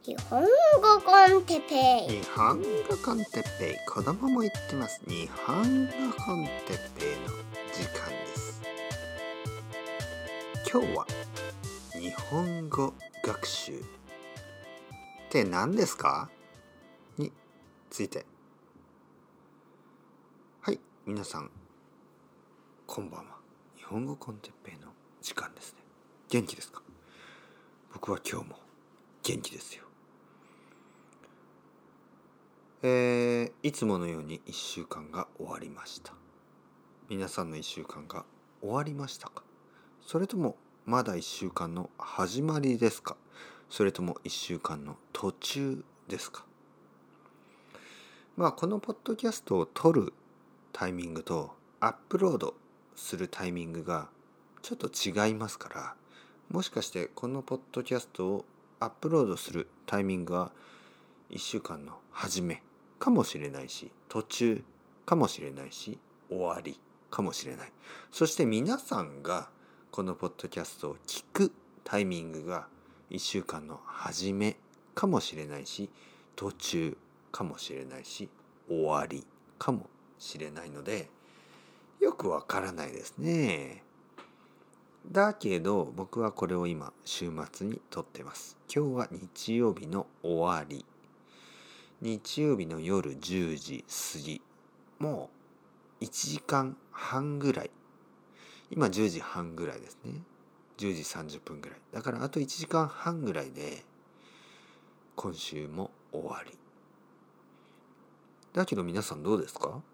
日本語コンテッペイ。 日本語コンテッペイ、子供も言ってます。日本語コンテッペイの時間です。今日は日本語学習って何ですかについて。はい、皆さんこんばんは。日本語コンテッペイの時間ですね。元気ですか？僕は今日も元気ですよ。いつものように1週間が終わりました。皆さんの1週間が終わりましたか？それともまだ1週間の始まりですか？それとも1週間の途中ですか？このポッドキャストを撮るタイミングとアップロードするタイミングがちょっと違いますから、もしかしてこのポッドキャストをアップロードするタイミングは1週間の始めかもしれないし、途中かもしれないし、終わりかもしれない。そして皆さんがこのポッドキャストを聞くタイミングが1週間の始めかもしれないし、途中かもしれないし、終わりかもしれないので、よくわからないですね。だけど僕はこれを今週末に撮ってます。今日は日曜日の終わり。日曜日の夜10時過ぎ。もう1時間半ぐらい。今10時半ぐらいですね。10時30分ぐらい。だからあと1時間半ぐらいで今週も終わり。だけど皆さんどうですか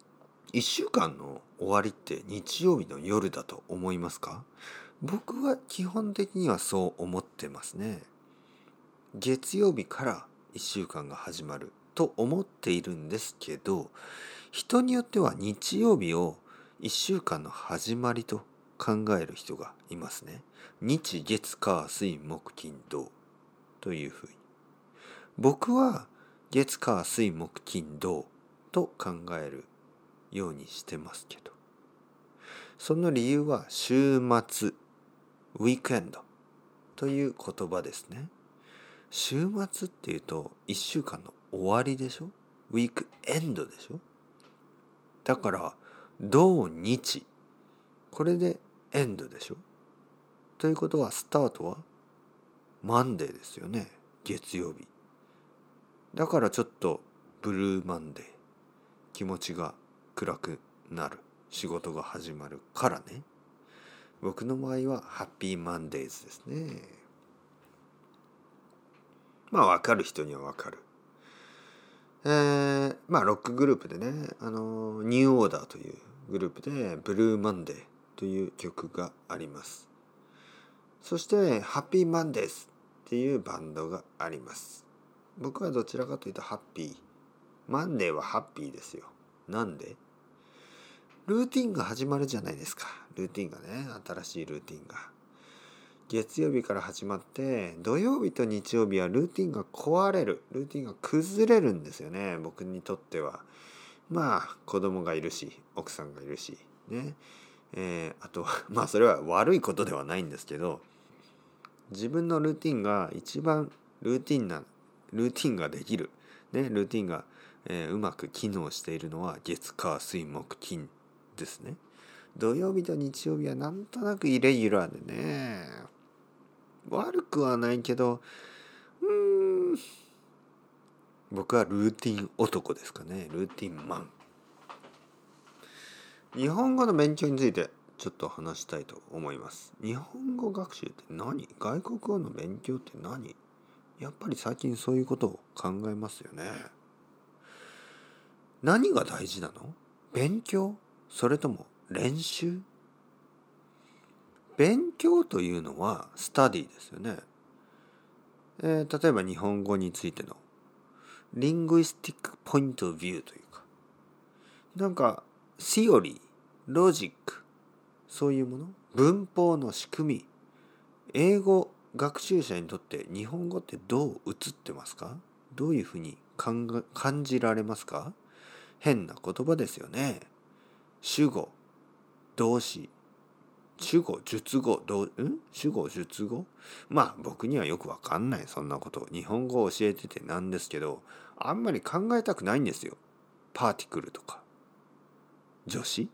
？1週間の終わりって日曜日の夜だと思いますか？僕は基本的にはそう思ってますね。月曜日から1週間が始まると思っているんですけど、人によっては日曜日を1週間の始まりと考える人がいますね。日月火水木金土というふうに。僕は月火水木金土と考えるようにしてますけど、その理由は週末、ウィークエンドという言葉ですね。週末っていうと1週間の終わりでしょ？ウィークエンドでしょ？だから土日、これでエンドでしょ？ということはスタートはマンデーですよね。月曜日。だからちょっとブルーマンデー、気持ちが暗くなる。仕事が始まるからね。僕の場合はハッピーマンデーズですね。分かる人には分かる。ロックグループでね、ニューオーダーというグループでブルーマンデーという曲があります。そしてハッピーマンデーズっていうバンドがあります。僕はどちらかというとハッピー。マンデーはハッピーですよ。なんで？ルーティンが始まるじゃないですか。ルーティンがね、新しいルーティンが。月曜日から始まって土曜日と日曜日はルーティンが壊れる。ルーティンが崩れるんですよね。僕にとっては。子供がいるし、奥さんがいるし。ね。あとは、それは悪いことではないんですけど、自分のルーティンが一番ルーティンができる。ね。ルーティンが、うまく機能しているのは月火水木金ですね。土曜日と日曜日はなんとなくイレギュラーでね、悪くはないけど、僕はルーティン男ですかね。ルーティンマン。日本語の勉強についてちょっと話したいと思います。日本語学習って何？外国語の勉強って何？やっぱり最近そういうことを考えますよね。何が大事なの？勉強？それとも練習？勉強というのはスタディですよね。例えば日本語についてのリングイスティックポイントビューというか、シオリー、ロジック、そういうもの、文法の仕組み、英語学習者にとって日本語ってどう映ってますか？どういうふうに感じられますか？変な言葉ですよね。主語、動詞、 主語述語主語述語、まあ僕にはよくわかんない、そんなこと。日本語を教えててなんですけど、あんまり考えたくないんですよ。パーティクルとか助詞。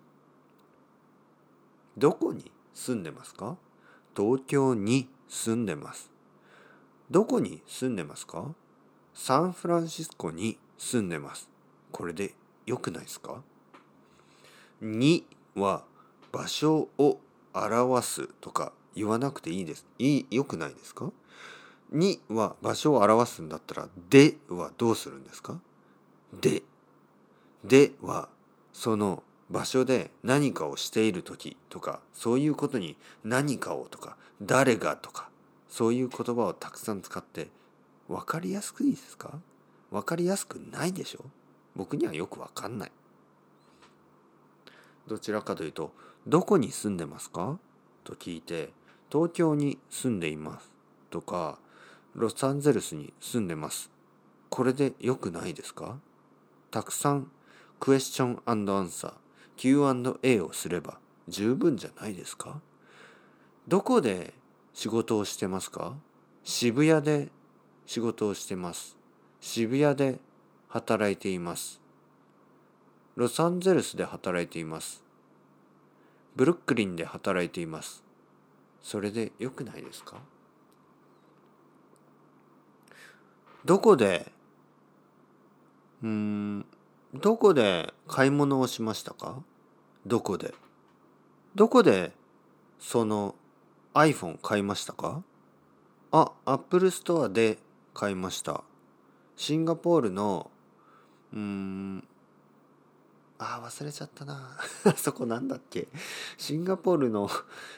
どこに住んでますか？東京に住んでます。どこに住んでますか？サンフランシスコに住んでます。これでよくないですか？には場所を表すとか言わなくていいです。よくないですか？には場所を表すんだったら、ではどうするんですか？ではその場所で何かをしている時とか、そういうことに何かをとか誰がとか、そういう言葉をたくさん使って分かりやすくいいですか？分かりやすくないでしょ？僕にはよく分かんない。どちらかというと、どこに住んでますかと聞いて、東京に住んでいますとか、ロサンゼルスに住んでます。これでよくないですか？たくさんクエスチョン&アンサー、Q&A をすれば十分じゃないですか？どこで仕事をしてますか？渋谷で仕事をしてます。渋谷で働いています。ロサンゼルスで働いています。ブルックリンで働いています。それでよくないですか？どこでどこで買い物をしましたか？どこでその iPhone 買いましたか？Apple ストアで買いました。シンガポールの忘れちゃったなそこなんだっけ？シンガポールの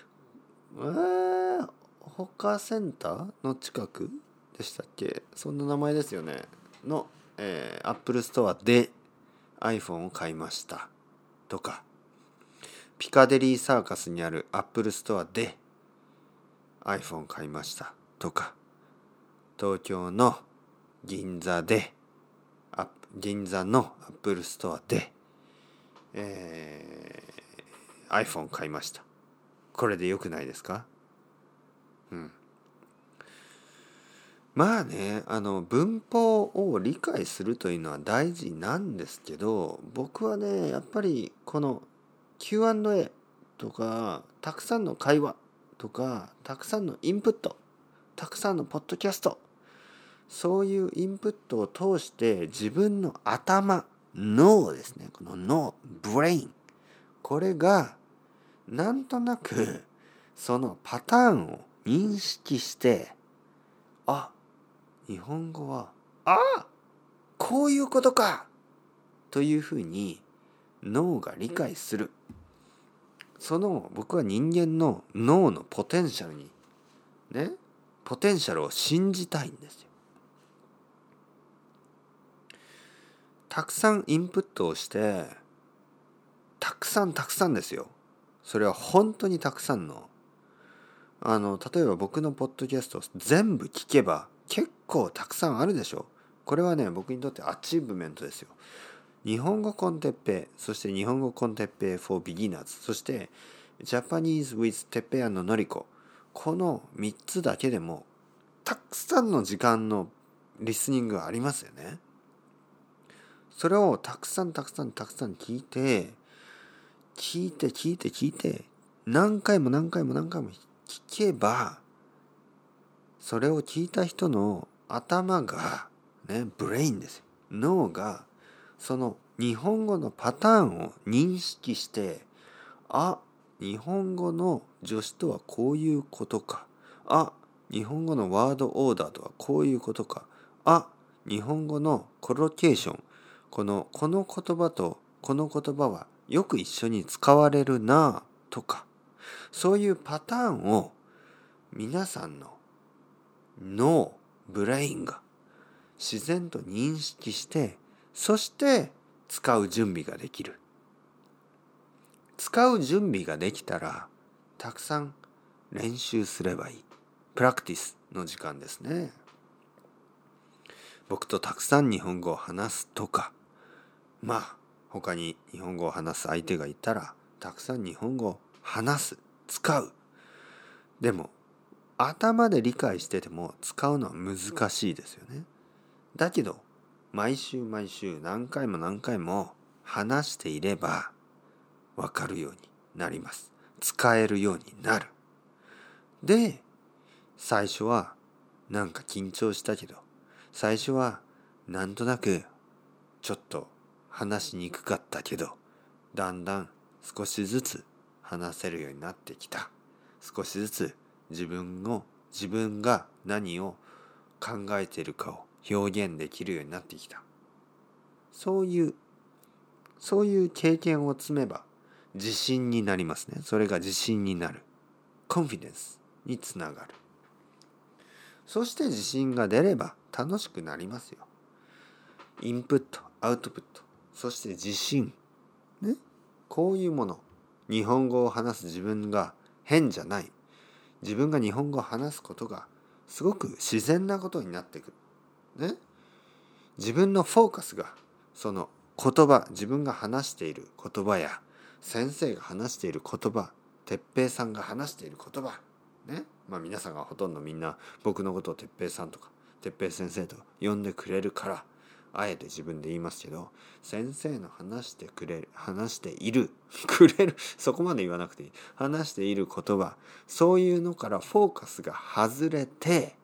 ホカセンターの近くでしたっけ？そんな名前ですよね。の、Apple ストアで iPhone を買いましたとか、ピカデリーサーカスにある Apple ストアで iPhone 買いましたとか、東京の銀座の Apple ストアで、iPhone 買いました。これでよくないですか？まあね、文法を理解するというのは大事なんですけど、僕はね、やっぱりこの Q&A とか、たくさんの会話とか、たくさんのインプット、たくさんのポッドキャスト、そういうインプットを通して自分の頭、脳ですね、この脳、ブレイン、これがなんとなくそのパターンを認識して、日本語はこういうことかというふうに脳が理解する。その僕は人間の脳のポテンシャルにポテンシャルを信じたいんですよ。たくさんインプットをして、たくさんですよ。それは本当にたくさんの例えば僕のポッドキャストを全部聞けば結構たくさんあるでしょ。これはね、僕にとってアチーブメントですよ。日本語コンテッペイ、そして日本語コンテッペイ for beginners、そしてジャパニーズ with てっぺい&のりこ、この3つだけでもたくさんの時間のリスニングがありますよね。それをたくさん聞いて何回も聞けば、それを聞いた人の頭がブレインですよ。脳がその日本語のパターンを認識して、日本語の助詞とはこういうことか。日本語のワードオーダーとはこういうことか。日本語のコロケーション。この言葉とこの言葉はよく一緒に使われるなとか。そういうパターンを皆さんの脳、ブレインが自然と認識して、そして使う準備ができる。使う準備ができたら、たくさん練習すればいい。プラクティスの時間ですね。僕とたくさん日本語を話すとか、他に日本語を話す相手がいたら、たくさん日本語を話す、 使う。でも頭で理解してても使うのは難しいですよね。だけど毎週毎週何回も何回も話していれば分かるようになります。使えるようになる。で、最初はなんか緊張したけど、最初はなんとなくちょっと話しにくかったけど、だんだん少しずつ話せるようになってきた。少しずつ自分が何を考えているかを表現できるようになってきた。そういう経験を積めば自信になりますね。それが自信になる。コンフィデンスにつながる。そして自信が出れば楽しくなりますよ。インプット、アウトプット、そして自信。ね。こういうもの。日本語を話す自分が変じゃない。自分が日本語を話すことがすごく自然なことになってくる。ね。自分のフォーカスがその言葉、自分が話している言葉や先生が話している言葉、哲平さんが話している言葉、ね。皆さんがほとんどみんな僕のことを哲平さんとか哲平先生と呼んでくれるから、あえて自分で言いますけど、先生の話しているそこまで言わなくていい。話している言葉、そういうのからフォーカスが外れて、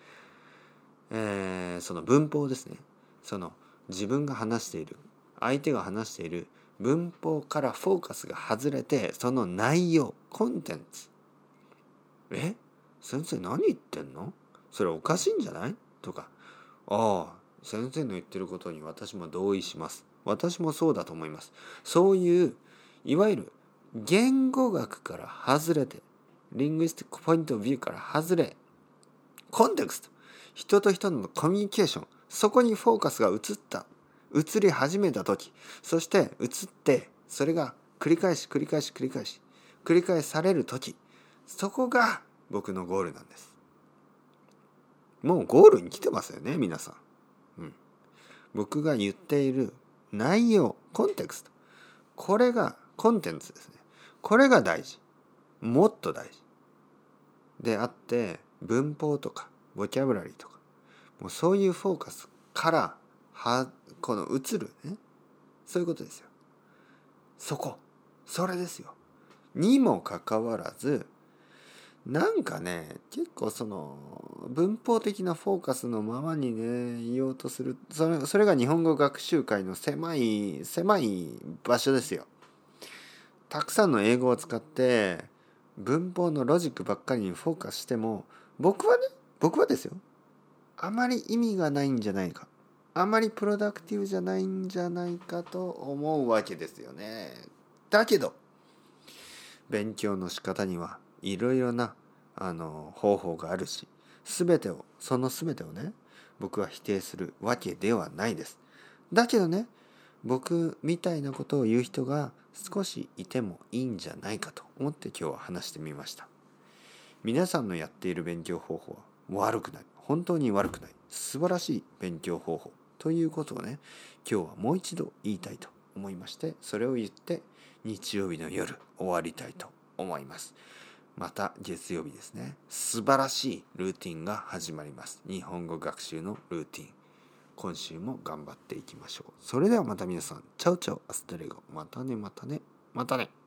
その文法ですね。その自分が話している、相手が話している文法からフォーカスが外れて、その内容、コンテンツ。先生何言ってんの？それおかしいんじゃない？とか、先生の言ってることに私も同意します。私もそうだと思います。そういういわゆる言語学から外れて、リングイスティックポイントオブビューから外れ、コンテクスト、人と人のコミュニケーション、そこにフォーカスが移り始めた時、そして移ってそれが繰り返される時、そこが僕のゴールなんです。もうゴールに来てますよね、皆さん。僕が言っている内容、コンテクスト、これがコンテンツですね。これが大事。もっと大事であって、文法とかボキャブラリーとか、もうそういうフォーカスからこの移るね、そういうことですよ。それですよ。にもかかわらず、なんかね、結構その文法的なフォーカスのままにね言おうとする、それが日本語学習会の狭い場所ですよ。たくさんの英語を使って文法のロジックばっかりにフォーカスしても、僕はですよ、あまり意味がないんじゃないか、あまりプロダクティブじゃないんじゃないかと思うわけですよね。だけど勉強の仕方にはいろいろな方法があるし、その全てをね、僕は否定するわけではないです。だけどね、僕みたいなことを言う人が少しいてもいいんじゃないかと思って今日は話してみました。皆さんのやっている勉強方法は悪くない、本当に悪くない、素晴らしい勉強方法ということをね、今日はもう一度言いたいと思いまして、それを言って日曜日の夜終わりたいと思います。また月曜日ですね、素晴らしいルーティンが始まります。日本語学習のルーティン、今週も頑張っていきましょう。それではまた皆さん、チャウチャウアスタレゴ、またね。